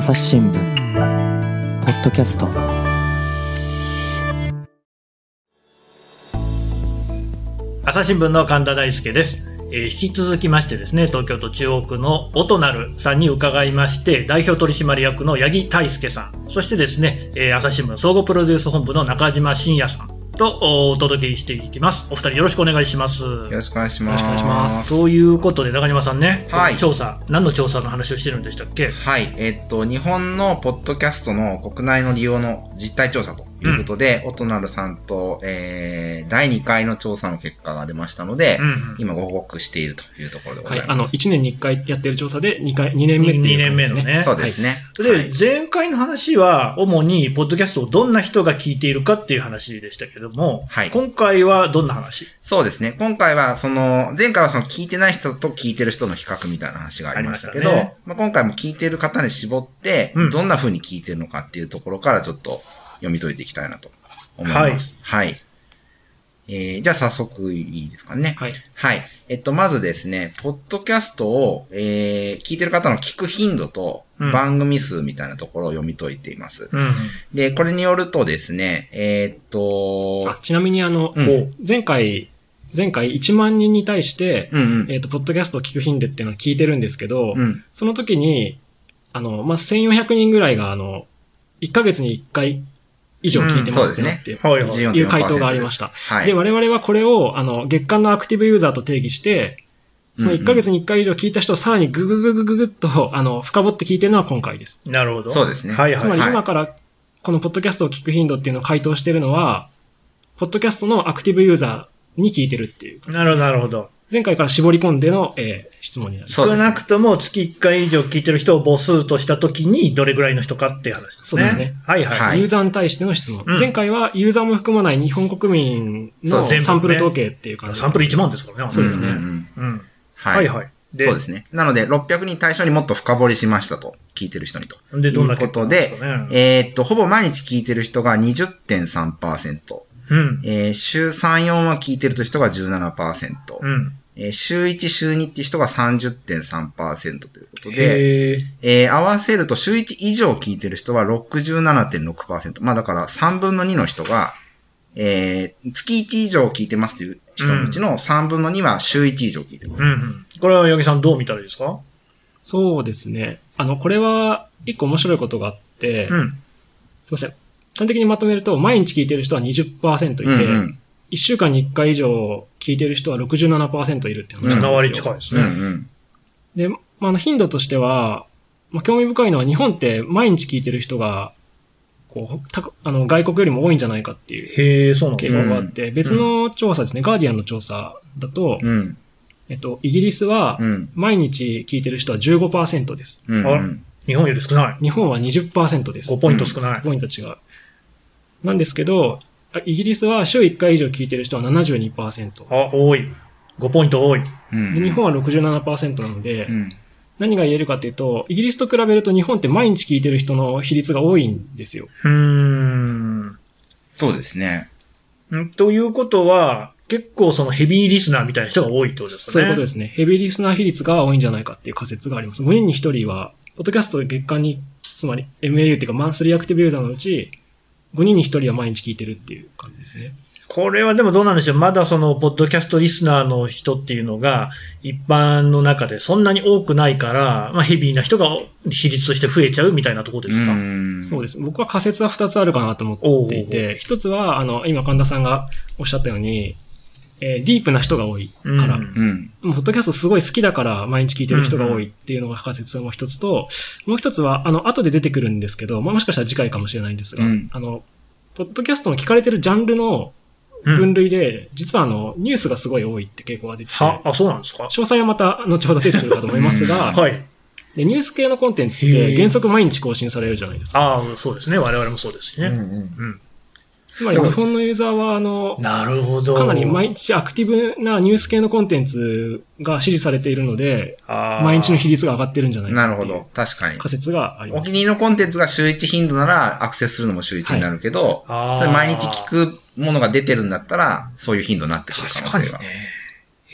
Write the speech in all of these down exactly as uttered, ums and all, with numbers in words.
朝日新聞ポッドキャスト。 朝日新聞の神田大輔です。えー、引き続きましてですね、東京都中央区のオトナルさんに伺いまして、代表取締役の八木大輔さん、そしてですね、えー、朝日新聞総合プロデュース本部の中島真也さんとお届けしていきます。お二人よろしくお願いします。よろしくお願いします。 よろしくお願いします。ということで中島さんね、 はい、 調査、何の調査の話をしてるんでしたっけ？ はい、えっと日本のポッドキャストの国内の利用の実態調査ということで、うん、オトナルさんと、えー、だいにかいの調査の結果が出ましたので、うんうん、今ご報告しているというところでございます。 はい、あのいちねんにいっかいやってる調査でにかい、にねんめっていう、ね、 にねんめのね。 そうですね。 はい、で、前回の話は主にポッドキャストをどんな人が聞いているかっていう話でしたけども、はい、今回はどんな話？ そうですね。今回はその前回はその聞いてない人と聞いてる人の比較みたいな話がありましたけど、まね、まあ、今回も聞いてる方に絞って、うん、どんな風に聞いてるのかっていうところからちょっと読み解いていきたいなと思います。はい。はい、えー、じゃあ早速いいですかね。はい。はい。えっと、まずですね、ポッドキャストを、えー、聞いてる方の聞く頻度と番組数みたいなところを読み解いています。うん、で、これによるとですね、えー、っとあ、ちなみにあの、うん、前回、前回いちまんにんに対して、うんうん、えー、っと、ポッドキャストを聞く頻度っていうのを聞いてるんですけど、うん、その時に、あの、まあ、せんよんひゃくにんぐらいが、あの、いっかげつにいっかい以上聞いてますってなっていう回答がありました。はい、で、我々はこれを、あの、月間のアクティブユーザーと定義して、そのいっかげつにいっかい以上聞いた人をさらにググググググッと、あの、深掘って聞いてるのは今回です。 なるほど。 そうですね。 はいはい。つまり今からこのポッドキャストを聞く頻度っていうのを回答してるのは、ポッドキャストのアクティブユーザーに聞いてるっていう。 なるほど、なるほど。 前回から絞り込んでの、えー、質問になります。 少なくとも月いっかい以上聞いてる人を母数としたときにどれぐらいの人かっていう話ですね。 そうですね。 はいはい。はい、 ユーザーに対しての質問。うん、前回はユーザーも含まない日本国民のサンプル統計っていう感じ、 ね。サンプルいちまんですからね。 そうですね。 うんうん、 はい、はいはい。そうですね。なので、ろっぴゃくにん対象にもっと深掘りしましたと。聞いてる人にと。 で、どんなこと、で、えー、っと、ほぼ毎日聞いてる人が にじゅってんさんパーセント。うん、えー、週さん、よんは聞いてる人が じゅうななパーセント。うんえー、週いち、週にっていう人が さんじゅってんさんパーセント ということで、えー、合わせると週いち以上聞いてる人は ろくじゅうななてんろくパーセント。まあだからさんぶんのにの人が、えー、月いち以上聞いてますという人のうちのさんぶんのには週いち以上聞いてます。うんうん、 これは八木さんどう見たらいいですか？ そうですね。あの、これは一個面白いことがあって、うん、すいません。端的にまとめると、毎日聞いてる人は にじゅっパーセント いて、うんうんいっしゅうかんにいっかい以上聞いてる人は ろくじゅうななパーセント いるって話なんですよ。 ななわり近いですね。うんうん、 で、まあ、頻度としては、まあ、興味深いのは日本って毎日聞いてる人が、こう、たあの外国よりも多いんじゃないかっていう傾向があって、別の調査ですね、うん、ガーディアンの調査だと、うん、えっと、イギリスは毎日聞いてる人は じゅうごパーセント です。 うんうん、日本より少ない。 日本は にじゅっパーセント です。 ごポイント少ない。 ごポイント違う。なんですけど、イギリスは週いっかい以上聞いてる人は ななじゅうにパーセント。 あ、多い。ごポイント多い。 うん、で日本は ろくじゅうななパーセント なので、うん、何が言えるかというと、イギリスと比べると日本って毎日聞いてる人の比率が多いんですよ。 うーん。 そうですね。 んということは、結構そのヘビーリスナーみたいな人が多いってことですかね。 そういうことですね。ヘビーリスナー比率が多いんじゃないかっていう仮説があります。ごにんにひとりは、ポッドキャスト月間に、つまり エムエーユー っていうかマンスリーアクティブユーザーのうち、ごにんにひとりは毎日聞いてるっていう感じですね。 これはでもどうなんでしょう。まだその、ポッドキャストリスナーの人っていうのが、一般の中でそんなに多くないから、まあヘビーな人が比率として増えちゃうみたいなところですか？うーんそうです。僕は仮説はふたつあるかなと思っていて、ひとつは、あの、今神田さんがおっしゃったように、えー、ディープな人が多いから、うん、ポッドキャストすごい好きだから毎日聞いてる人が多いっていうのが仮説の一つと、もう一つは、あの、後で出てくるんですけど、まあ、もしかしたら次回かもしれないんですが、うん、あの、ポッドキャストの聞かれてるジャンルの分類で、うん、実はあの、ニュースがすごい多いって傾向が出てて、 はあ、そうなんですか？ 詳細はまた後ほど出てくるかと思いますが、はい。で、ニュース系のコンテンツって原則毎日更新されるじゃないですか。 ああ、そうですね。我々もそうですしね。うんうんうんつまり日本のユーザーは、あの、 なるほど。 かなり毎日アクティブなニュース系のコンテンツが支持されているので、毎日の比率が上がってるんじゃないかなっていう。なるほど。確かに。仮説があります。 お気に入りのコンテンツが週いち頻度ならアクセスするのも週いちになるけど、はい、それ毎日聞くものが出てるんだったら、そういう頻度になってくる可能性が。 確かにね。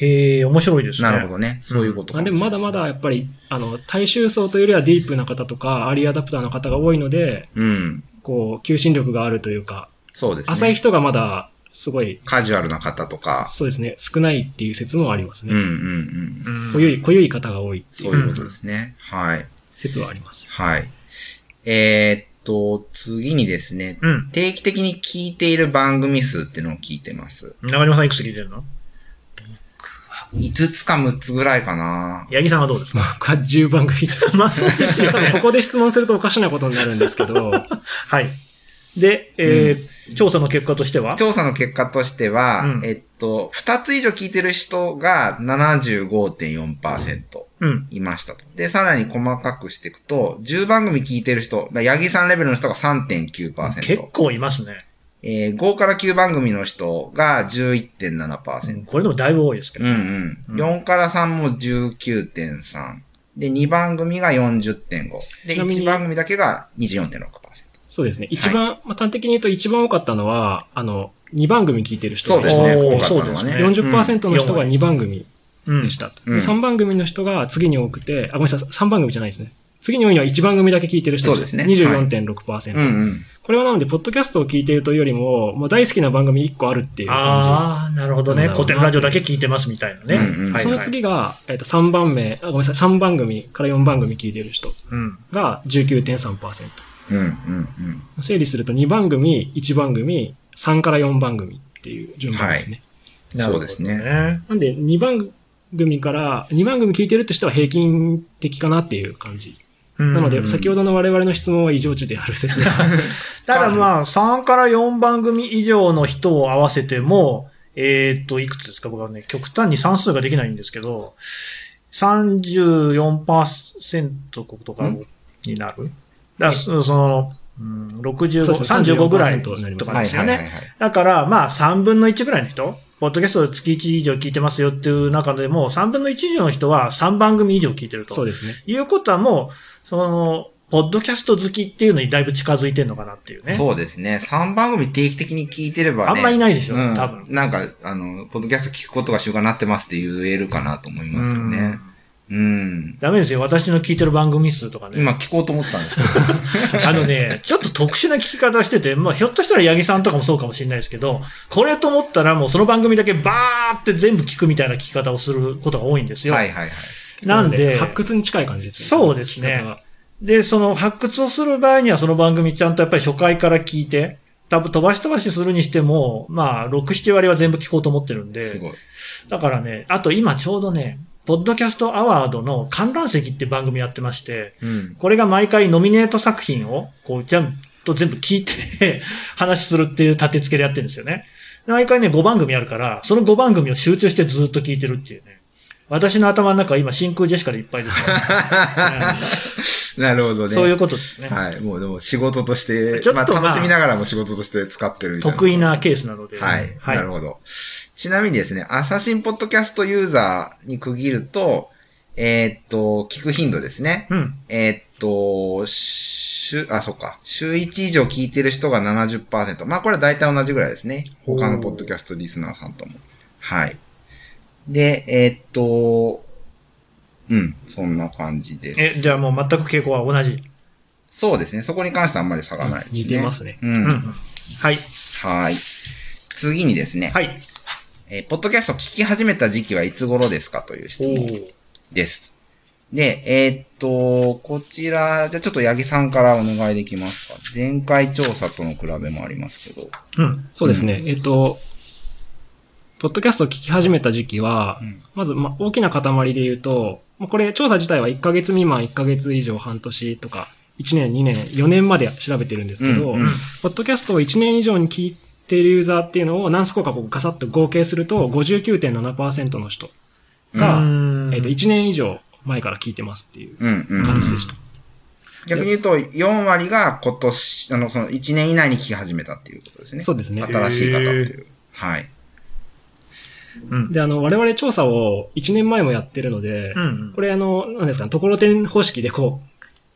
へえ、面白いですね。 なるほどね。そういうことかもしれない。 でもまだまだやっぱり、あの、大衆層というよりはディープな方とか、アーリーアダプターの方が多いので、 うん。 こう、求心力があるというか、 そうですね。 浅い人がまだ、すごい。 カジュアルな方とか。 そうですね。少ないっていう説もありますね。 うんうんうん。 濃ゆい、濃ゆい方が多いっていう。 そういうことですね。はい。 説はあります。 はい。えー、っと、次にですね、うん、定期的に聞いている番組数っていうのを聞いてます。 中島さんいくつ聞いてるの？ いつつかむっつぐらいかな。 八木さんはどうですか？ 僕はじゅうばんぐみ。 まあそうですよね。 ここで質問するとおかしなことになるんですけど。 はい。で、えーうん、調査の結果としては調査の結果としては、うん、えっと、ふたつ以上聞いてる人が ななじゅうごてんよんパーセント いましたと。うん、で、さらに細かくしていくと、じゅうばんぐみ聞いてる人、八木さんレベルの人が さんてんきゅうパーセント。 結構いますね。 えー、ごからきゅうばんぐみの人が じゅういってんななパーセント。うん、 これでもだいぶ多いですけど、 ね。うんうん。よんからさんも じゅうきゅうてんさん。で、にばんぐみが よんじゅってんご。で、いちばんぐみだけが にじゅうよんてんろくパーセント。 そうですね。一番、はい、まあ、端的に言うと一番多かったのは、あの、にばんぐみ聞いてる人そうですね。多かったのはね。 よんじゅっパーセント の人がにばんぐみでしたと、うん。でさんばんぐみの人が次に多くて、あ、ごめんなさい、さんばんぐみじゃないですね。次に多いのはいちばんぐみだけ聞いてる人です。 そうですね。 にじゅうよんてんろくパーセント。 はいうんうん、 これはなので、ポッドキャストを聞いているというよりも、もう大好きな番組いっこあるっていう感じ。 ああ、なるほどね。古典ラジオだけ聞いてますみたいなね。 うんうんはい、その次が、えっと、さんばんめ、あ、ごめんなさい、さんばんぐみからよんばんぐみ聞いてる人が じゅうきゅうてんさんパーセント。 うんうんうん、 整理するとにばんぐみ、いちばんぐみ、さんからよんばんぐみっていう順番ですね。 はい、そうですね。 なんで、にばんぐみから、にばんぐみ聞いてるって人は平均的かなっていう感じ。なので、先ほどの我々の質問は異常値である説が。 ただまあ、さんからよんばんぐみ以上の人を合わせても、えっと、いくつですか？僕はね、極端に算数ができないんですけど、さんじゅうよんパーセント とかになる？だからその、うん、ろくじゅうご、さんじゅうごぐらいとかですよね。だから、まあ、さんぶんのいちぐらいの人、ポッドキャストで月いち以上聞いてますよっていう中でも、さんぶんのいち以上の人はさんばんぐみ以上聞いてると。 そうですね。 いうことはもう、その、ポッドキャスト好きっていうのにだいぶ近づいてるのかなっていうね。 そうですね。さんばんぐみ定期的に聞いてればね。 あんまいないでしょ、うん、多分。 なんか、あの、ポッドキャスト聞くことが習慣になってますって言えるかなと思いますよね。うん。うん、 ダメですよ。私の聞いてる番組数とかね。 今聞こうと思ったんですけど。あのね、ちょっと特殊な聞き方してて、まあひょっとしたら八木さんとかもそうかもしれないですけど、これと思ったらもうその番組だけバーって全部聞くみたいな聞き方をすることが多いんですよ。 はいはいはい。 なんで、 発掘に近い感じですね。 そうですね。で、その発掘をする場合にはその番組ちゃんとやっぱり初回から聞いて、多分飛ばし飛ばしするにしても、まあ、ろく、なな割は全部聞こうと思ってるんで。 すごい。 だからね、あと今ちょうどね、ポッドキャストアワードの観覧席って番組やってまして、うん、これが毎回ノミネート作品を、こう、ちゃんと全部聞いて話するっていう立て付けでやってるんですよね。毎回ね、ごばんぐみあるから、そのごばんぐみを集中してずっと聞いてるっていうね。私の頭の中は今、真空ジェシカでいっぱいですから、ね。 なるほどね。 そういうことですね。 はい。もうでも仕事として、ちょっと、まあ、楽しみながらも仕事として使ってるみたいな。 得意なケースなので。 はい。はい、なるほど。ちなみにですね、アサシンポッドキャストユーザーに区切ると、えー、っと、聞く頻度ですね。 うん、 えー、っと、週、あ、そっか。週いち以上聞いてる人が ななじゅっパーセント。まあこれは大体同じぐらいですね。他のポッドキャストリスナーさんとも。はい。で、えー、っと、うん、そんな感じです。 え、じゃあもう全く傾向は同じ？ そうですね。そこに関してはあんまり差がないですね。 似てますね。 うん。うん、 はい。 はい。次にですね。 はい。 えー、ポッドキャスト聞き始めた時期はいつ頃ですかという質問です。で、えー、っと、こちら、じゃあちょっと八木さんからお願いできますか。前回調査との比べもありますけど。 うん、そうですね。うん、えー、っと、ポッドキャストを聞き始めた時期は、うん、まず、ま、大きな塊で言うと、これ調査自体はいっかげつ未満、いっかげつ以上、半年とか、いちねん、にねん、よねんまで調べてるんですけど、うんうん、ポッドキャストをいちねん以上に聞いているユーザーっていうのを何スコアかこうガサッと合計すると ごじゅうきゅうてんななパーセント の人が、えっと、いちねん以上前から聞いてますっていう感じでした。 逆に言うと、よん割が今年、あの、そのいちねん以内に聞き始めたっていうことですね。 そうですね。 新しい方っていう。はい。 うん、で、あの、我々調査をいちねんまえもやってるので、うんうん、これあの、何ですかね、ところてん方式でこう、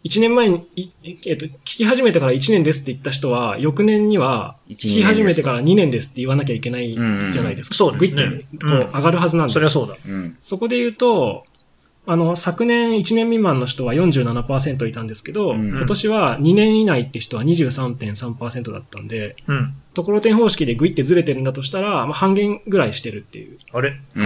いちねんまえに、えっと、聞き始めてからいちねんですって言った人は、翌年には、聞き始めてからにねんですって言わなきゃいけないじゃないですか。 そうですね。 グイッとこう上がるはずなんで。 そりゃそうだ。 そこで言うと、あの、昨年いちねん未満の人は よんじゅうななパーセント いたんですけど、うん、今年はにねん以内って人は にじゅうさんてんさんパーセント だったんで、うん、ところてん方式でグイってずれてるんだとしたら、まあ、半減ぐらいしてるっていうあれ、 うん、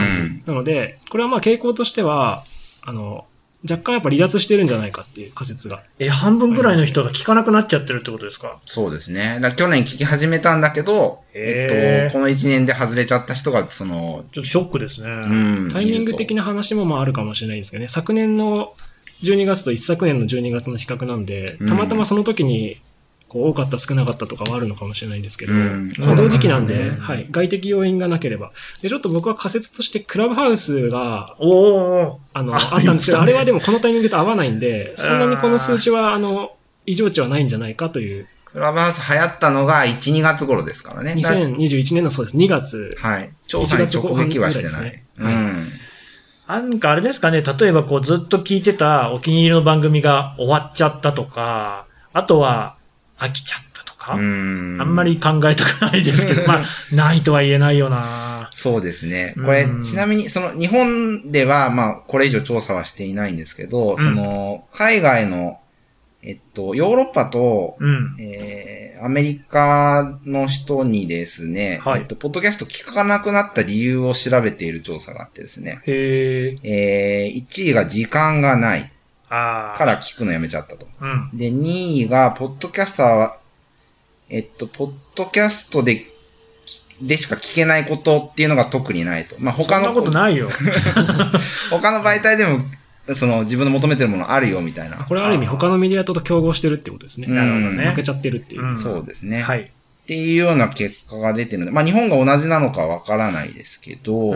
なので、これはまあ傾向としては、あの、若干やっぱ離脱してるんじゃないかっていう仮説が。 え、半分ぐらいの人が聞かなくなっちゃってるってことですか？ そうですね。だ去年聞き始めたんだけど、えっと、このいちねんで外れちゃった人が、その、 ちょっとショックですね。うん。タイミング的な話もまああるかもしれないですけどね。昨年のじゅうにがつと一昨年のじゅうにがつの比較なんで、たまたまその時に、こう多かった少なかったとかはあるのかもしれないんですけど、うん、同時期なんで、うん、はい、外的要因がなければ。で、ちょっと僕は仮説としてクラブハウスが、 おあの、あったんですけど、あれはでもこのタイミングと合わないんで、そんなにこの数値は、あの、異常値はないんじゃないかという。 クラブハウス流行ったのがいち、にがつ頃ですからね。 にせんにじゅういちねんのそうです。にがつ。 はい。調査に直撃はしてない。ね、はい。うん。 なんかあれですかね、例えばこうずっと聞いてたお気に入りの番組が終わっちゃったとか、あとは飽きちゃった。あんまり考えたくないですけど、まあ、ないとは言えないよな。 そうですね。これ、ちなみに、その、日本では、まあ、これ以上調査はしていないんですけど、うん、その、海外の、えっと、ヨーロッパと、うん、えー、アメリカの人にですね、はい、えっと、ポッドキャスト聞かなくなった理由を調べている調査があってですね。 へー。 えー、いちいが時間がない。 あー。 から聞くのやめちゃったと。 うん、 で、にいが、ポッドキャスターは、えっと、ポッドキャストで、でしか聞けないことっていうのが特にないと。まあ、他の。 そんなことないよ。 他の媒体でも、その、自分の求めてるものあるよ、みたいな。 これはある意味他のメディアと競合してるってことですね。 なるほどね。 負けちゃってるっていう。 うん、そうですね。 はい。 っていうような結果が出てるので、まあ、日本が同じなのかわからないですけど、うん、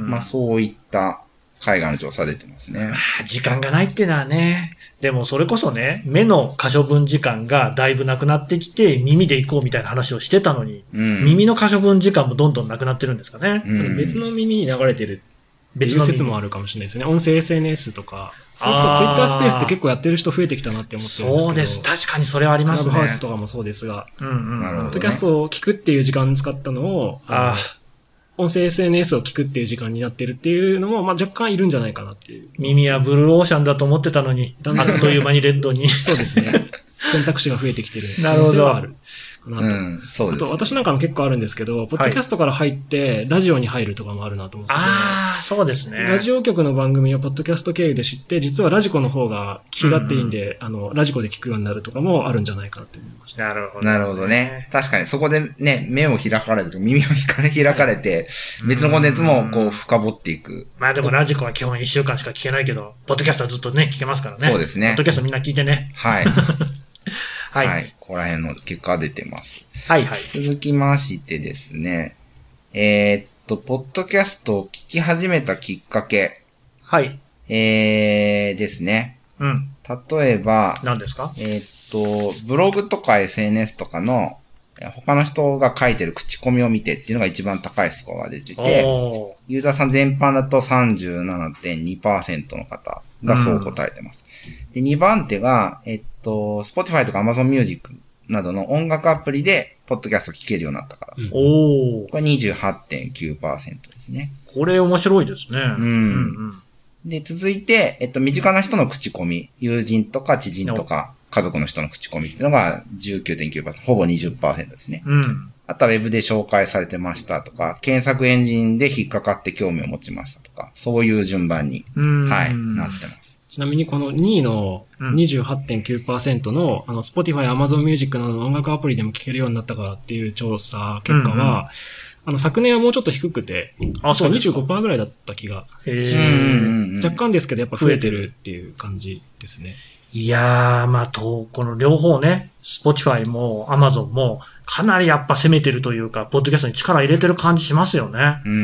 まあ、そういった海外の調査出てますね。 まあ、時間がないっていうのはね。でもそれこそね、目の可処分時間がだいぶなくなってきて、耳で行こうみたいな話をしてたのに、うん、耳の可処分時間もどんどんなくなってるんですかね。 うん、別の耳に流れてる別の説もあるかもしれないですね。音声 エスエヌエス とか、それこそツイッタースペースって結構やってる人増えてきたなって思ってるんですけど。 そうです。確かにそれはありますね。 クラブハウスとかもそうですが。 うんうん。なるほど、ね。 ポッドキャストを聞くっていう時間使ったのを、 ああ。 音声 エスエヌエス を聞くっていう時間になってるっていうのも、まあ、若干いるんじゃないかなっていう。 耳はブルーオーシャンだと思ってたのに、あっという間にレッドに。 そうですね。選択肢が増えてきてる。 なるほど。 あるかなと。 うん、そうです、ね。 あと、私なんかも結構あるんですけど、ポッドキャストから入って、ラジオに入るとかもあるなと思って、 はい。ああ、そうですね。 ラジオ局の番組をポッドキャスト経由で知って、実はラジコの方が聞き勝手いいんで、うんうん、あの、ラジコで聞くようになるとかもあるんじゃないかなって思いました。 なるほど、 ね。なるほどね。確かにそこでね、目を開かれて、耳を開かれて、別のコンテンツもこう深掘っていく。 まあでもラジコは基本いっしゅうかんしか聞けないけど、ポッドキャストはずっとね、聞けますからね。 そうですね。 ポッドキャストみんな聞いてね。 はい。 はい。 はい。ここら辺の結果が出てます。 はいはい。 続きましてですね。えー、っと、ポッドキャストを聞き始めたきっかけ。 はい。 えーですね。 うん。 例えば。 何ですか？ えー、っと、ブログとか エスエヌエス とかの他の人が書いてる口コミを見てっていうのが一番高いスコアが出てて、ユーザーさん全般だと さんじゅうななてんにパーセント の方がそう答えてます。うん、で、にばん手が、えっと、Spotify とか Amazon Music などの音楽アプリで、ポッドキャスト聞けるようになったから。うん、 おこれ にじゅうはちてんきゅうパーセント ですね。 これ面白いですね。うん。うんうん、で、続いて、えっと、身近な人の口コミ、友人とか知人とか、家族の人の口コミっていうのが じゅうきゅうてんきゅうパーセント、ほぼ にじゅっパーセント ですね。 うん。 あとはウェブで紹介されてましたとか、検索エンジンで引っかかって興味を持ちましたとか、そういう順番に、はい、なってます。 ちなみにこのにいの にじゅうはちてんきゅうパーセント の、あの、Spotify、Amazon Music などの音楽アプリでも聴けるようになったかっていう調査結果は、うんうん、あの、昨年はもうちょっと低くて、あ、そう にじゅうごパーセント ぐらいだった気が。 へー。 若干ですけど、やっぱ増えてるっていう感じですね。 いやー、まあ、と、この両方ね、Spotify も Amazon も、かなりやっぱ攻めてるというか、ポッドキャストに力入れてる感じしますよね。 うん。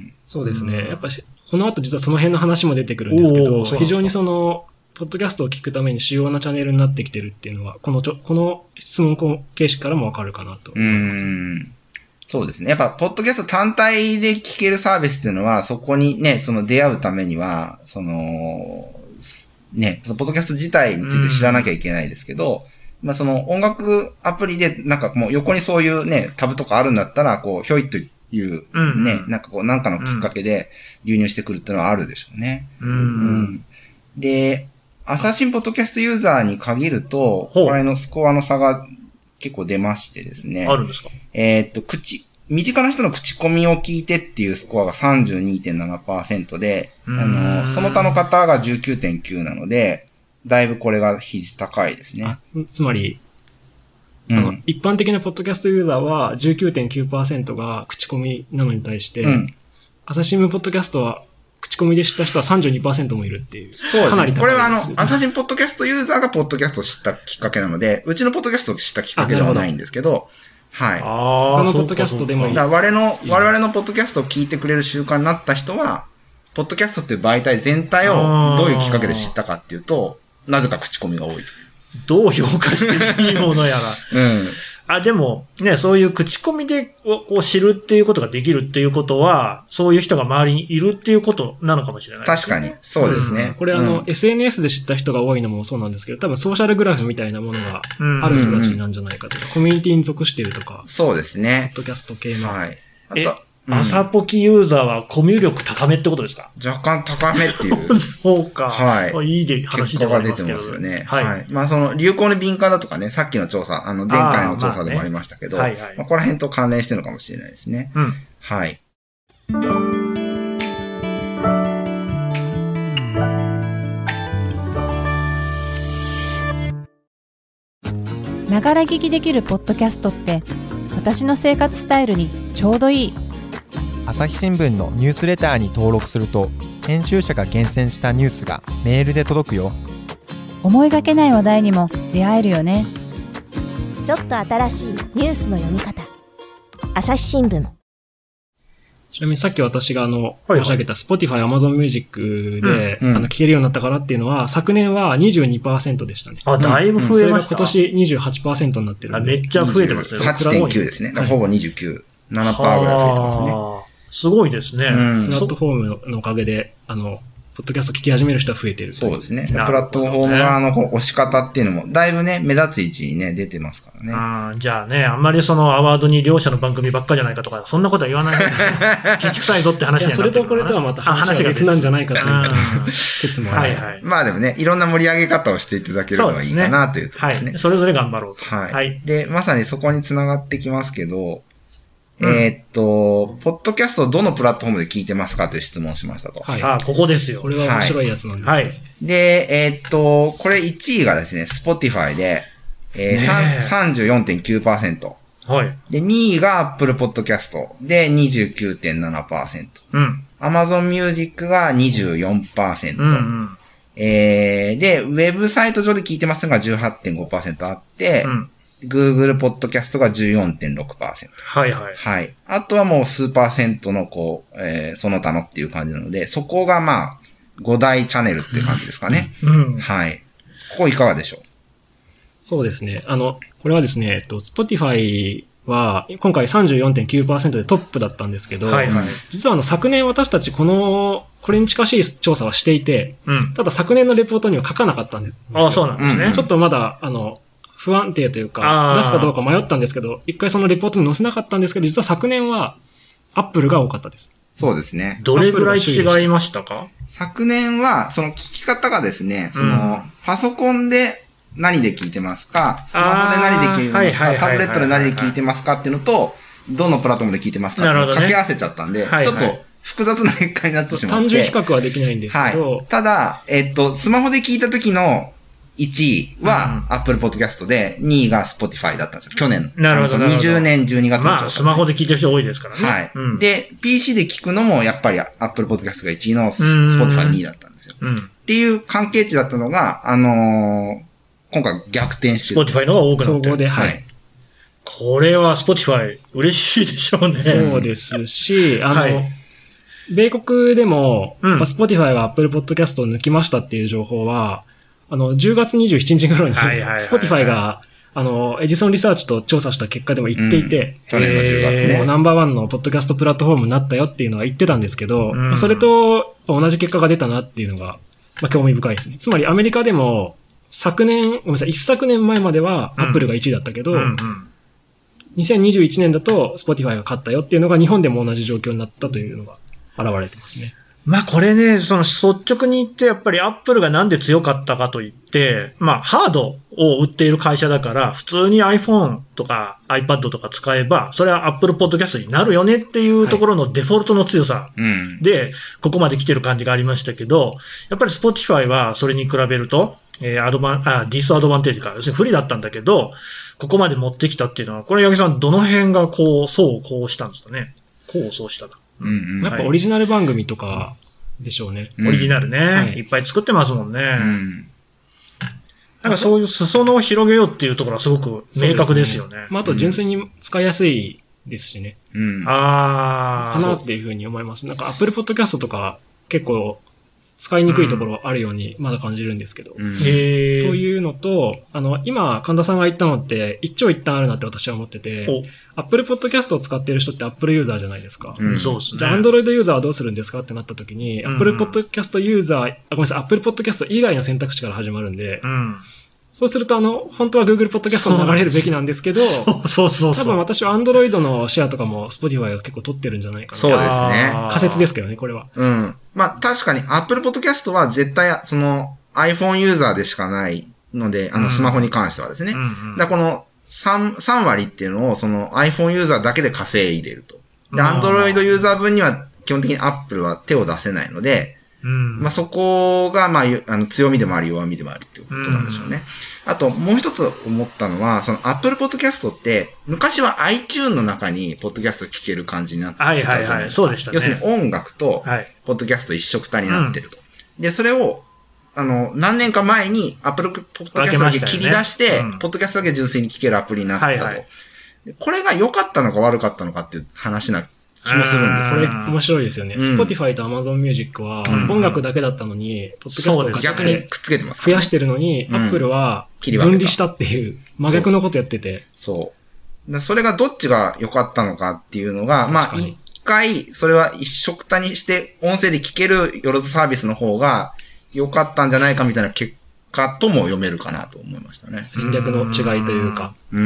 そうですね。やっぱこの後実はその辺の話も出てくるんですけど、非常にその、ポッドキャストを聞くために主要なチャンネルになってきてるっていうのは、このちょ、この質問形式からもわかるかなと思います。 うん。そうですね。やっぱ、ポッドキャスト単体で聞けるサービスっていうのは、そこにね、その出会うためには、その、 ね、そのポッドキャスト自体について知らなきゃいけないですけど、うん、まあその音楽アプリでなんかもう横にそういうね、タブとかあるんだったら、こう、ひょいっというね、うん、なんかこう、なんかのきっかけで流入してくるっていうのはあるでしょうね。 うんうん、 で、朝日新ポッドキャストユーザーに限ると、これのスコアの差が結構出ましてですね。 あるんですか？ えー、っと、口、身近な人の口コミを聞いてっていうスコアが さんじゅうにてんななパーセント で、あの、その他の方が じゅうきゅうてんきゅう なので、だいぶこれが比率高いですね。 つまり、うん、あの一般的なポッドキャストユーザーは じゅうきゅうてんきゅうパーセント が口コミなのに対して、うん、朝日新聞ポッドキャストは口コミで知った人は さんじゅうにパーセント もいるっていう。 そうですね。かなり高いです。これはあの、朝日新ポッドキャストユーザーがポッドキャストを知ったきっかけなので、うちのポッドキャストを知ったきっかけではないんですけど、はい。 ああ、他のポッドキャストでもいい。 だ我々の、我々のポッドキャストを聞いてくれる習慣になった人は、ポッドキャストっていう媒体全体をどういうきっかけで知ったかっていうと、なぜか口コミが多いと。 どう評価していいものやら。うん。あ、でも、ね、そういう口コミでこう知るっていうことができるっていうことは、そういう人が周りにいるっていうことなのかもしれないですね。 確かに。そうですね。うん、 これあの、うん、エスエヌエス で知った人が多いのもそうなんですけど、多分ソーシャルグラフみたいなものがある人たちなんじゃないかとか、うんうん、コミュニティに属しているとか。 そうですね。 ポッドキャスト系の。 はい。 あと、うん、朝ポキユーザーはコミュ力高めってことですか？ 若干高めっていう。 そうか。 はい。 いいで話ではありますけど。 結果が出てますよね。はい。はい、まあその流行に敏感だとかね、さっきの調査、あの前回の調査でもありましたけど、まあね、はいはい、まあ、ここら辺と関連してるのかもしれないですね。 うん。 はい。 ながら聞きできるポッドキャストって私の生活スタイルにちょうどいい。 朝日新聞のニュースレターに登録すると編集者が厳選したニュースがメールで届くよ。 思いがけない話題にも出会えるよね。 ちょっと新しいニュースの読み方。朝日新聞。 ちなみにさっき私があの、申し上げた Spotify、Amazon Music で、うんうん、あの、聞けるようになったからっていうのは、昨年は にじゅうにパーセント でしたね。 あ、だいぶ増えました。 それが今年 にじゅうはちパーセント になってる。 あ、めっちゃ増えてますね。 はちてんきゅう ですね。はい、ほぼにじゅうきゅう、ななパーセント ぐらい増えてますね。 すごいですね。 うん、プラットフォームのおかげで、あの、ポッドキャスト聞き始める人は増えてる。 そうですね。プラットフォーム側のこう押し方っていうのも、だいぶね、目立つ位置にね、出てますからね。 あじゃあね、あんまりそのアワードに両者の番組ばっかじゃないかとか、そんなことは言わないで、ケチくさいぞって話になってる。 それとこれとはまた話が別なんじゃないかという説もあります。 はいはい。まあでもね、いろんな盛り上げ方をしていただければいいかなというところですね。 はい。それぞれ頑張ろうと。 はい。はい、で、まさにそこに繋がってきますけど、うん、えー、っと、ポッドキャストをどのプラットフォームで聞いてますかという質問をしましたと。 はい、さあ、ここですよ。 これは面白いやつなんです、ね。はい。 で、えー、っと、これいちいがですね、Spotify で、えー、さんじゅうよんてんきゅうパーセント。 はい。 で、にいが Apple Podcast で にじゅうきゅうてんななパーセント。 うん。 Amazon Music が にじゅうよんパーセント。うんうん、えー、で、ウェブサイト上で聞いてますのが じゅうはちてんごパーセント あって、うん、Google Podcast が じゅうよんてんろくパーセント。 はいはい。 はい。あとはもう数パーセントのこう、えー、その他のっていう感じなので、そこがまあ、ご大チャンネルっていう感じですかね。 うん。 はい。ここいかがでしょう？ そうですね。あの、これはですね、えっと、Spotify は、今回 さんじゅうよんてんきゅうパーセント でトップだったんですけど、はいはい、実はあの、昨年私たちこの、これに近しい調査はしていて、うん、ただ昨年のレポートには書かなかったんですよ。 ああ、そうなんですね。 ちょっとまだ、あの、不安定というか、出すかどうか迷ったんですけど、一回そのレポートに載せなかったんですけど、実は昨年は、アップルが多かったです。 そうですね。 どれぐらい違いましたか？ 昨年は、その聞き方がですね、その、うん、パソコンで何で聞いてますか、スマホで何で聞いてますか、タブレットで何で聞いてますかっていうのと、どのプラットフォームで聞いてますかっていうのを掛け合わせちゃったんで、はいはい、ちょっと複雑な結果になってしまって。 単純比較はできないんですけど。 はい。ただ、えっと、スマホで聞いた時のいちいは Apple Podcast で、にいが Spotify だったんですよ。去年。 なるほど。 にじゅうねんじゅうにがつの調査。 まあ、スマホで聞いてる人多いですからね。 はい。うん、で、ピーシー で聞くのもやっぱり Apple Podcast がいちいの Spotify にいだったんですよ。うん。っていう関係値だったのが、あのー、今回逆転してる。 Spotify の方が多くなってる。 総合で、はい。 これは Spotify 嬉しいでしょうね。 そうですし、あの、はい、米国でも、うん、Spotify が Apple Podcast を抜きましたっていう情報は、あの、じゅうがつにじゅうしちにち頃に、Spotify が、あの、エジソンリサーチと調査した結果でも言っていて、 去年のじゅうがつね。 ナンバーワンのポッドキャストプラットフォームになったよっていうのは言ってたんですけど、うん、それと同じ結果が出たなっていうのが、 まあ、興味深いですね。つまりアメリカでも、昨年、ごめんなさい、一昨年前までは Apple がいちいだったけど、うんうんうん、にせんにじゅういちねんだと Spotify が勝ったよっていうのが日本でも同じ状況になったというのが現れてますね。 まあこれね、その率直に言ってやっぱり Apple がなんで強かったかといって、まあハードを売っている会社だから普通に iPhone とか iPad とか使えばそれは Apple Podcast になるよねっていうところのデフォルトの強さでここまで来てる感じがありましたけど、やっぱり Spotify はそれに比べるとえー、アドバン、あ、ディスアドバンテージか。要するに不利だったんだけど、ここまで持ってきたっていうのは、これ、八木さん、どの辺がこう、そうこうしたんですかね。こうそうしたか。 うんうん。やっぱオリジナル番組とかでしょうね。 うん、オリジナルね、はい。いっぱい作ってますもんね。うん、なんかそういう裾野を広げようっていうところはすごく明確ですよね。ねまあ、あと純粋に使いやすいですしね。 うん。ああ。かなっていうふうに思います。なんか Apple Podcast とか結構、使いにくいところあるようにまだ感じるんですけど。うん、というのと、あの、今、神田さんが言ったのって、一長一短あるなって私は思ってて、Apple Podcast を使っている人って Apple ユーザーじゃないですか。 うん、そうですね。 じゃあ Android ユーザーはどうするんですかってなった時に、うん、Apple Podcast ユーザー、あ、ごめんなさい、Apple Podcast 以外の選択肢から始まるんで、うんそうすると、あの、本当は Google Podcast に流れるべきなんですけど、 そうそうそう多分私は Android のシェアとかも Spotify が結構取ってるんじゃないかな。 そうですね。 仮説ですけどね、これは。 うん。まあ、確かに Apple Podcast は絶対、その iPhone ユーザーでしかないので、あの、スマホに関してはですね。うんうん、だからこの3、さん割っていうのをその iPhone ユーザーだけで稼いでると。で、Android ユーザー分には基本的に Apple は手を出せないので、うん、まあ、そこが、まあ、あの、強みでもあり弱みでもあるっていうことなんでしょうね。うん、あと、もう一つ思ったのは、その Apple Podcast って、昔は iTunes の中に、ポッドキャスト聞ける感じになってたじゃないですか。はいはいはい。 そうでしたね。 要するに音楽と、ポッドキャスト一緒くたになってると。うん、で、それを、あの、何年か前に Apple Podcast だけ切り出して、ねうん、ポッドキャストだけ純粋に聞けるアプリになったと。はいはい、これが良かったのか悪かったのかっていう話な気もするんですそれ面白いですよね。うん、Spotify と Amazon Music は音楽だけだったのに、ポッドキャストを逆にくっつけてます増やしてるのに、うん、Apple は分離したっていう真逆のことやってて。 そう。そうそれがどっちが良かったのかっていうのが、まあ一回それは一緒くたにして音声で聞けるよろずサービスの方が良かったんじゃないかみたいな結果とも読めるかなと思いましたね。 戦略の違いというか。 うん。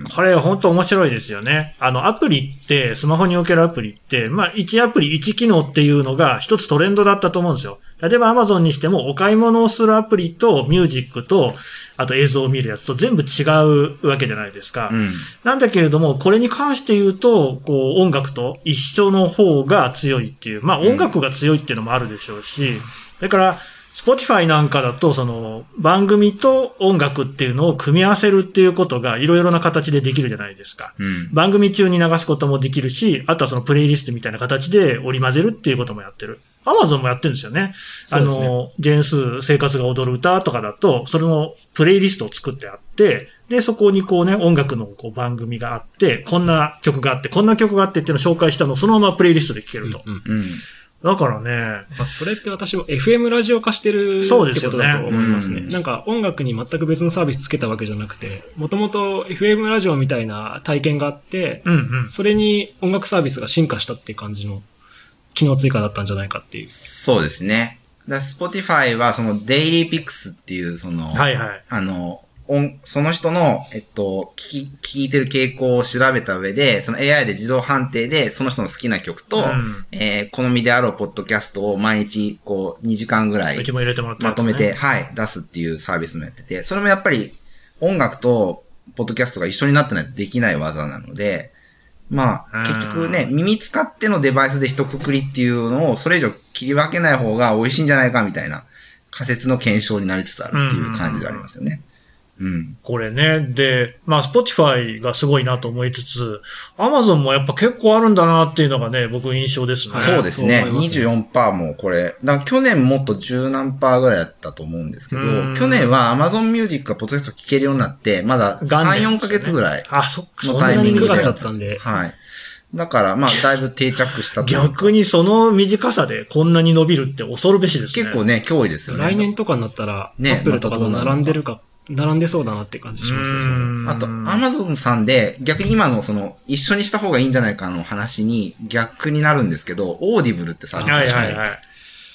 これ本当面白いですよね。あのアプリって、スマホにおけるアプリって、まあいちアプリいち機能っていうのが一つトレンドだったと思うんですよ。例えば Amazon にしてもお買い物をするアプリとミュージックと、あと映像を見るやつと全部違うわけじゃないですか。うん、なんだけれども、これに関して言うと、こう音楽と一緒の方が強いっていう、まあ音楽が強いっていうのもあるでしょうし、それから、Spotify なんかだと、その、番組と音楽っていうのを組み合わせるっていうことがいろいろな形でできるじゃないですか。うん、番組中に流すこともできるし、あとはそのプレイリストみたいな形で織り交ぜるっていうこともやってる。Amazon もやってるんですよね。あの、ジェーンスー生活が踊る歌とかだと、それのプレイリストを作ってあって、で、そこにこうね、音楽のこう番組があって、こんな曲があって、こんな曲があってっていうのを紹介したのをそのままプレイリストで聴けると。うんうんうんだからね。 まあ、それって私も エフエム ラジオ化してるってことだと思いますね。すねうん、なんか音楽に全く別のサービスつけたわけじゃなくて、もともと エフエム ラジオみたいな体験があって、うんうん、それに音楽サービスが進化したっていう感じの機能追加だったんじゃないかっていう。 そうですね。だ Spotify はそのデイリーピックスっていうその、 はいはい、 あの、音その人の、えっと、聞き、聞いてる傾向を調べた上で、その エーアイ で自動判定で、その人の好きな曲と、うん、えー、好みであろうポッドキャストを毎日、こう、にじかんぐらい、 うちも入れてもらって、 ね、まとめて、はい、出すっていうサービスもやってて、それもやっぱり、音楽と、ポッドキャストが一緒になってないとできない技なので、まあ、結局ね、耳使ってのデバイスで一括りっていうのを、それ以上切り分けない方が美味しいんじゃないかみたいな仮説の検証になりつつあるっていう感じがありますよね。うん、 これね。で、まあ、Spotify がすごいなと思いつつ、Amazon もやっぱ結構あるんだなっていうのがね、僕印象ですね。 そうですね。にじゅうよんパーセント もこれ、だから去年もっとじゅうなんパーぐらいだったと思うんですけど、去年は Amazon Music がポッドキャスト聞けるようになって、まださん、よんかげつぐらいのタイミングだったんで。 はい。だから、まあ、だいぶ定着したと。 逆にその短さでこんなに伸びるって恐るべしですね。 結構ね、脅威ですよね。 来年とかになったら、ね、Apple とかと並んでるか。並んでそうだなって感じしますよね。 あと、Amazon さんで、逆に今のその、一緒にした方がいいんじゃないかの話に逆になるんですけど、オーディブルってサービスじゃないですか。はいはいはい。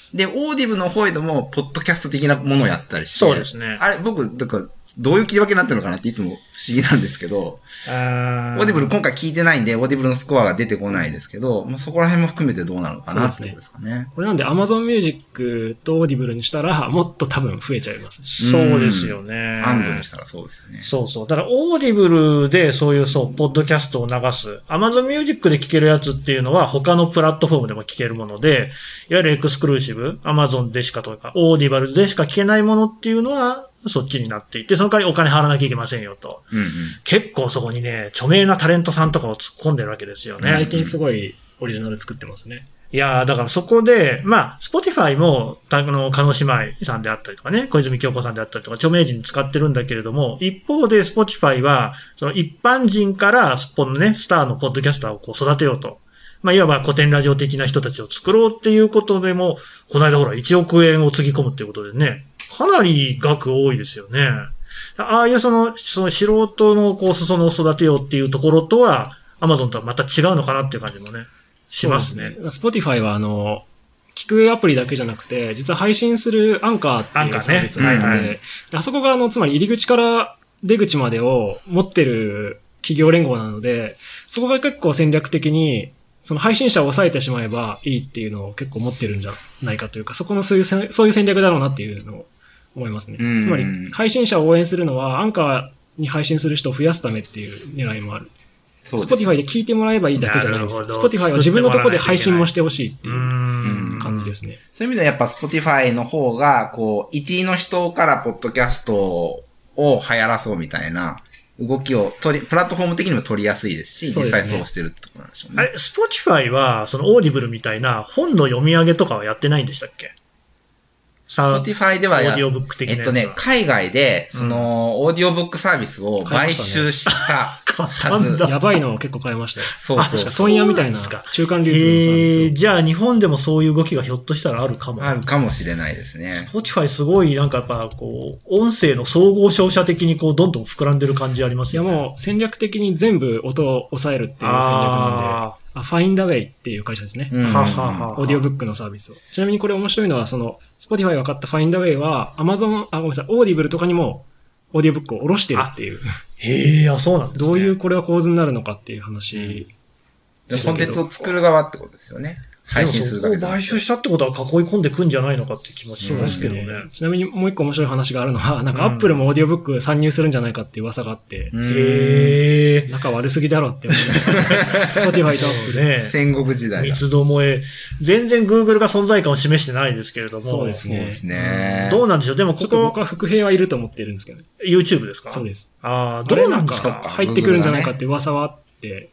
で、オーディブの方でも、ポッドキャスト的なものをやったりして。 そうですね。 あれ、僕、だからどういう切り分けになってるのかなっていつも不思議なんですけど、 あオーディブル今回聞いてないんで、オーディブルのスコアが出てこないですけど、まあ、そこら辺も含めてどうなのかなってことですかね。 これなんで Amazon Music とオーディブルにしたら、もっと多分増えちゃいます。 そうですよね。 アンドにしたらそうですよね。 そうそう。だからオーディブルでそういうそう、ポッドキャストを流す。Amazon Music で聞けるやつっていうのは他のプラットフォームでも聞けるもので、いわゆるエクスクルーシブ、Amazon でしかとか、オーディブルでしか聞けないものっていうのは、そっちになっていて、その代わりお金払わなきゃいけませんよと。 うんうん、 結構そこにね、著名なタレントさんとかを突っ込んでるわけですよね。 最近すごいオリジナル作ってますね。 いやー、だからそこで、まあ、Spotify も、あの、加納姉妹さんであったりとかね、小泉京子さんであったりとか、著名人に使ってるんだけれども、一方で Spotify は、その一般人からスポのね、スターのポッドキャスターをこう育てようと。まあ、いわば古典ラジオ的な人たちを作ろうっていうことでも、この間ほらいちおくえんをつぎ込むっていうことでね、かなり額多いですよね。ああいうその、その素人のこう裾野を育てようっていうところとは、Amazon とはまた違うのかなっていう感じもね、しますね。 スポティファイはあの、聞くアプリだけじゃなくて、実は配信するアンカーっていうサービスがあるので、ねはいはい、あそこがあの、つまり入り口から出口までを持ってる企業連合なので、そこが結構戦略的に、その配信者を抑えてしまえばいいっていうのを結構持ってるんじゃないかというか、そこのそういう、そういう戦略だろうなっていうのを思いますね。つまり、配信者を応援するのは、アンカーに配信する人を増やすためっていう狙いもある。スポティファイで聞いてもらえばいいだけじゃないんです。スポティファイは自分のところで配信もしてほしいっていう感じですね。 そういう意味ではやっぱスポティファイの方が、こう、一位の人からポッドキャストを流行らそうみたいな動きを取り、プラットフォーム的にも取りやすいですし、実際そうしてるってことなんでしょうね。 あれ、スポティファイは、そのオーディブルみたいな本の読み上げとかはやってないんでしたっけ？ スポティファイではや、 オーディオブック的なやつはえっとね、海外で、その、うん、オーディオブックサービスを買収したはず。 やばいのを結構買いましたよ。 そうそう。 問屋みたいな中間流通のサービスを。 えー、じゃあ日本でもそういう動きがひょっとしたらあるかも。 あるかもしれないですね。 スポティファイすごいなんかやっぱこう、音声の総合商社的にこう、どんどん膨らんでる感じありますよね。 いやもう戦略的に全部音を抑えるっていう戦略なんで。あ、ファインダウェイっていう会社ですね。 うん、 はははオーディオブックのサービスを。ちなみにこれ面白いのは、その、Spotify が買ったファインダウェイは、Amazon、あ、ごめんなさい、オーディブルとかにも、オーディオブックを下ろしてるっていう。 へえ、あ、そうなんですね。 どういうこれは構図になるのかっていう話、 うん。コンテンツを作る側ってことですよね。配信するだけでもそこを買収したってことは囲い込んでくんじゃないのかって気もしますけどね。 ねちなみにもう一個面白い話があるのは、なんか Apple もオーディオブック参入するんじゃないかっていう噂があって、 うん、へー。 仲悪すぎだろって思います。Spotify と Apple ね。戦国時代。 三つどもえ。全然 Google が存在感を示してないですけれども。 そうですね。 そうですね。 どうなんでしょうでもここ。 ちょっと僕は伏兵はいると思ってるんですけどね。 YouTube ですか？ そうです。 ああ、どうなんですか？ 入ってくるんじゃないかって噂はあって、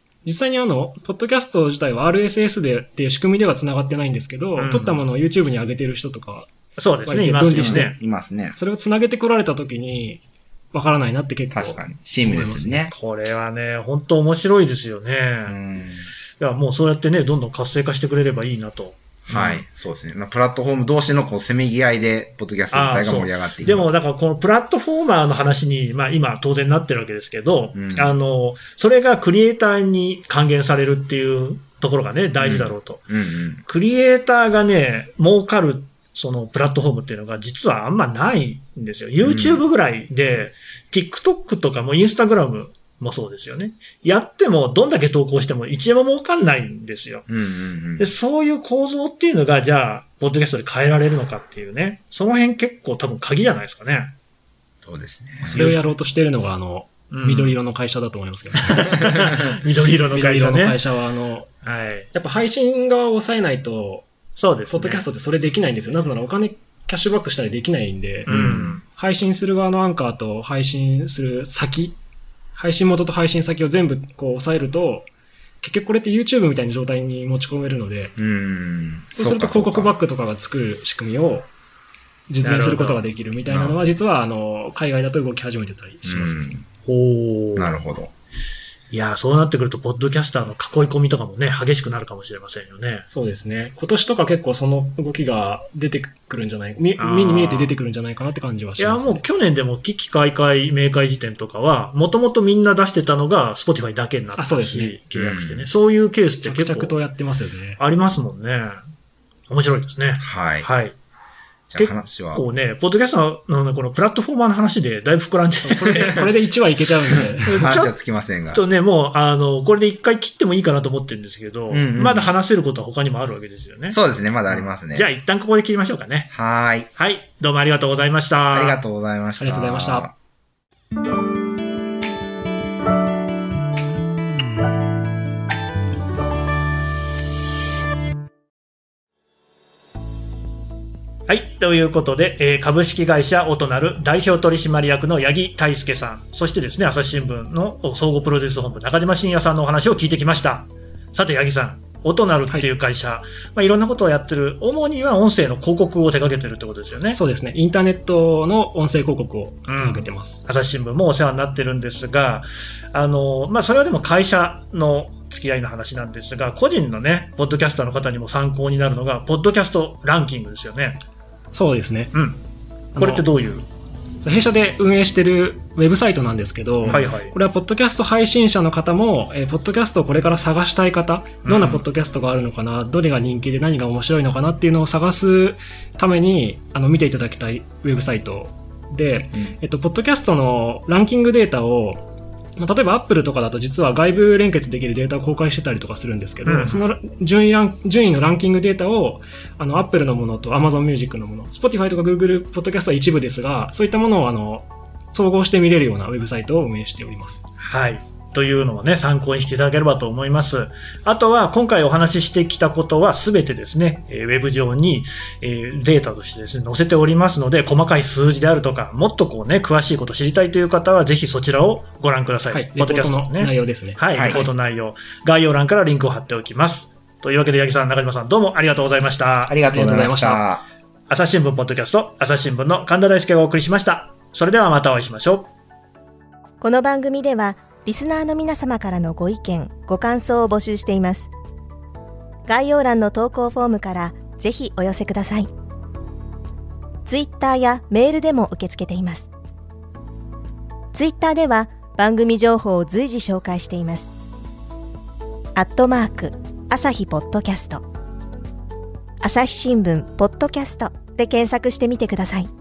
実際にあの、ポッドキャスト自体は アールエスエス でっていう仕組みでは繋がってないんですけど、うん、撮ったものを YouTube に上げてる人とか、 そうですね、いますよね。 いますね。 それを繋げてこられた時に、わからないなって結構。 確かに。シームレスですね。 これはね、本当面白いですよね。うん。いや、もうそうやってね、どんどん活性化してくれればいいなと。 はい、うん。そうですね。まあ、プラットフォーム同士のこう、せめぎ合いで、ポッドキャスト自体が盛り上がっていく。 でも、だからこのプラットフォーマーの話に、まあ今当然なってるわけですけど、うん、あの、それがクリエイターに還元されるっていうところがね、大事だろうと。 うんうんうん、 クリエイターがね、儲かる、そのプラットフォームっていうのが実はあんまないんですよ。YouTube ぐらいで、うん、TikTok とかも Instagram、もそうですよね。やっても、どんだけ投稿してもいちえんも儲かんないんですよ、 うんうんうん。 で。そういう構造っていうのが、じゃあ、ポッドキャストで変えられるのかっていうね。その辺結構多分鍵じゃないですかね。 そうですね。 それをやろうとしてるのが、あの、うん、緑色の会社だと思いますけど、ね。 緑色の会社ね。 緑色の会社は、あの、はい。やっぱ配信側を抑えないと、 そうですね。 ポッドキャストってそれできないんですよ。なぜならお金、キャッシュバックしたりできないんで、 うん、 配信する側のアンカーと配信する先、配信元と配信先を全部こう抑えると、結局これって YouTube みたいな状態に持ち込めるので、 うん、 そうすると広告バックとかが作る仕組みを実現することができるみたいなのは、実はあの海外だと動き始めてたりしますね。 ほう。なるほど。 いや、そうなってくると、ポッドキャスターの囲い込みとかもね、激しくなるかもしれませんよね。 そうですね。今年とか結構その動きが出てくるんじゃない、目に見えて出てくるんじゃないかなって感じはします、ね。 いや、もう去年でも、危機開会、明快時点とかは、もともとみんな出してたのが、Spotify だけになったし、 そうですね、 契約してね、うん。そういうケースって結構。 着々とやってますよね。 ありますもんね。 面白いですね。 はい。 はい。 じゃあ話は。 結構ね、ポッドキャストのこのプラットフォーマーの話でだいぶ膨らんで、 これ、これでいちわいけちゃうんで。 話はつきませんが。 ちょっとね、もう、あの、これでいっかい切ってもいいかなと思ってるんですけど、うんうん、まだ話せることは他にもあるわけですよね。 そうですね、まだありますね。 じゃあ一旦ここで切りましょうかね。 はい。 はい。どうもありがとうございました。 ありがとうございました。 ありがとうございました。 はい。ということで、えー、株式会社オトナル代表取締役の八木大輔さん、そしてですね、朝日新聞の総合プロデュース本部中島信也さんのお話を聞いてきました。さて、八木さん、オトナルっていう会社、はい、まあ、いろんなことをやってる、主には音声の広告を手掛けてるってことですよね。 そうですね。インターネットの音声広告を手掛けてます。 うん、朝日新聞もお世話になってるんですが、あの、まあ、それはでも会社の付き合いの話なんですが、個人のね、ポッドキャスターの方にも参考になるのが、ポッドキャストランキングですよね。 そうですね。 うん。これってどういう？ 弊社で運営しているウェブサイトなんですけど、はいはい、これはポッドキャスト配信者の方も、えー、ポッドキャストをこれから探したい方、どんなポッドキャストがあるのかな、うん、どれが人気で何が面白いのかなっていうのを探すためにあの見ていただきたいウェブサイトで、うん、えっと、ポッドキャストのランキングデータをまあ、例えば Apple とかだと実は外部連結できるデータを公開してたりとかするんですけど、うん、その順位ラン、順位のランキングデータをあの Apple のものと Amazon Music のもの、Spotify とか Google ポッドキャストは一部ですが、そういったものをあの総合して見れるようなウェブサイトを運営しております。 はい。というのをね、参考にしていただければと思います。あとは、今回お話ししてきたことはすべてですね、ウェブ上にデータとしてですね、載せておりますので、細かい数字であるとか、もっとこうね、詳しいことを知りたいという方は、ぜひそちらをご覧ください。 はい、ポッドキャストの内容ですね。 はい、レポート内容。概要欄からリンクを貼っておきます。というわけで、八木さん、中島さん、どうもありがとうございました。 ありがとうございました。 朝日新聞ポッドキャスト、朝日新聞の神田大輔がお送りしました。それではまたお会いしましょう。この番組では、リスナーの皆様からのご意見、ご感想を募集しています。概要欄の投稿フォームからぜひお寄せください。ツイッターやメールでも受け付けています。ツイッターでは番組情報を随時紹介しています。アットマーク、朝日ポッドキャスト。朝日新聞ポッドキャストで検索してみてください。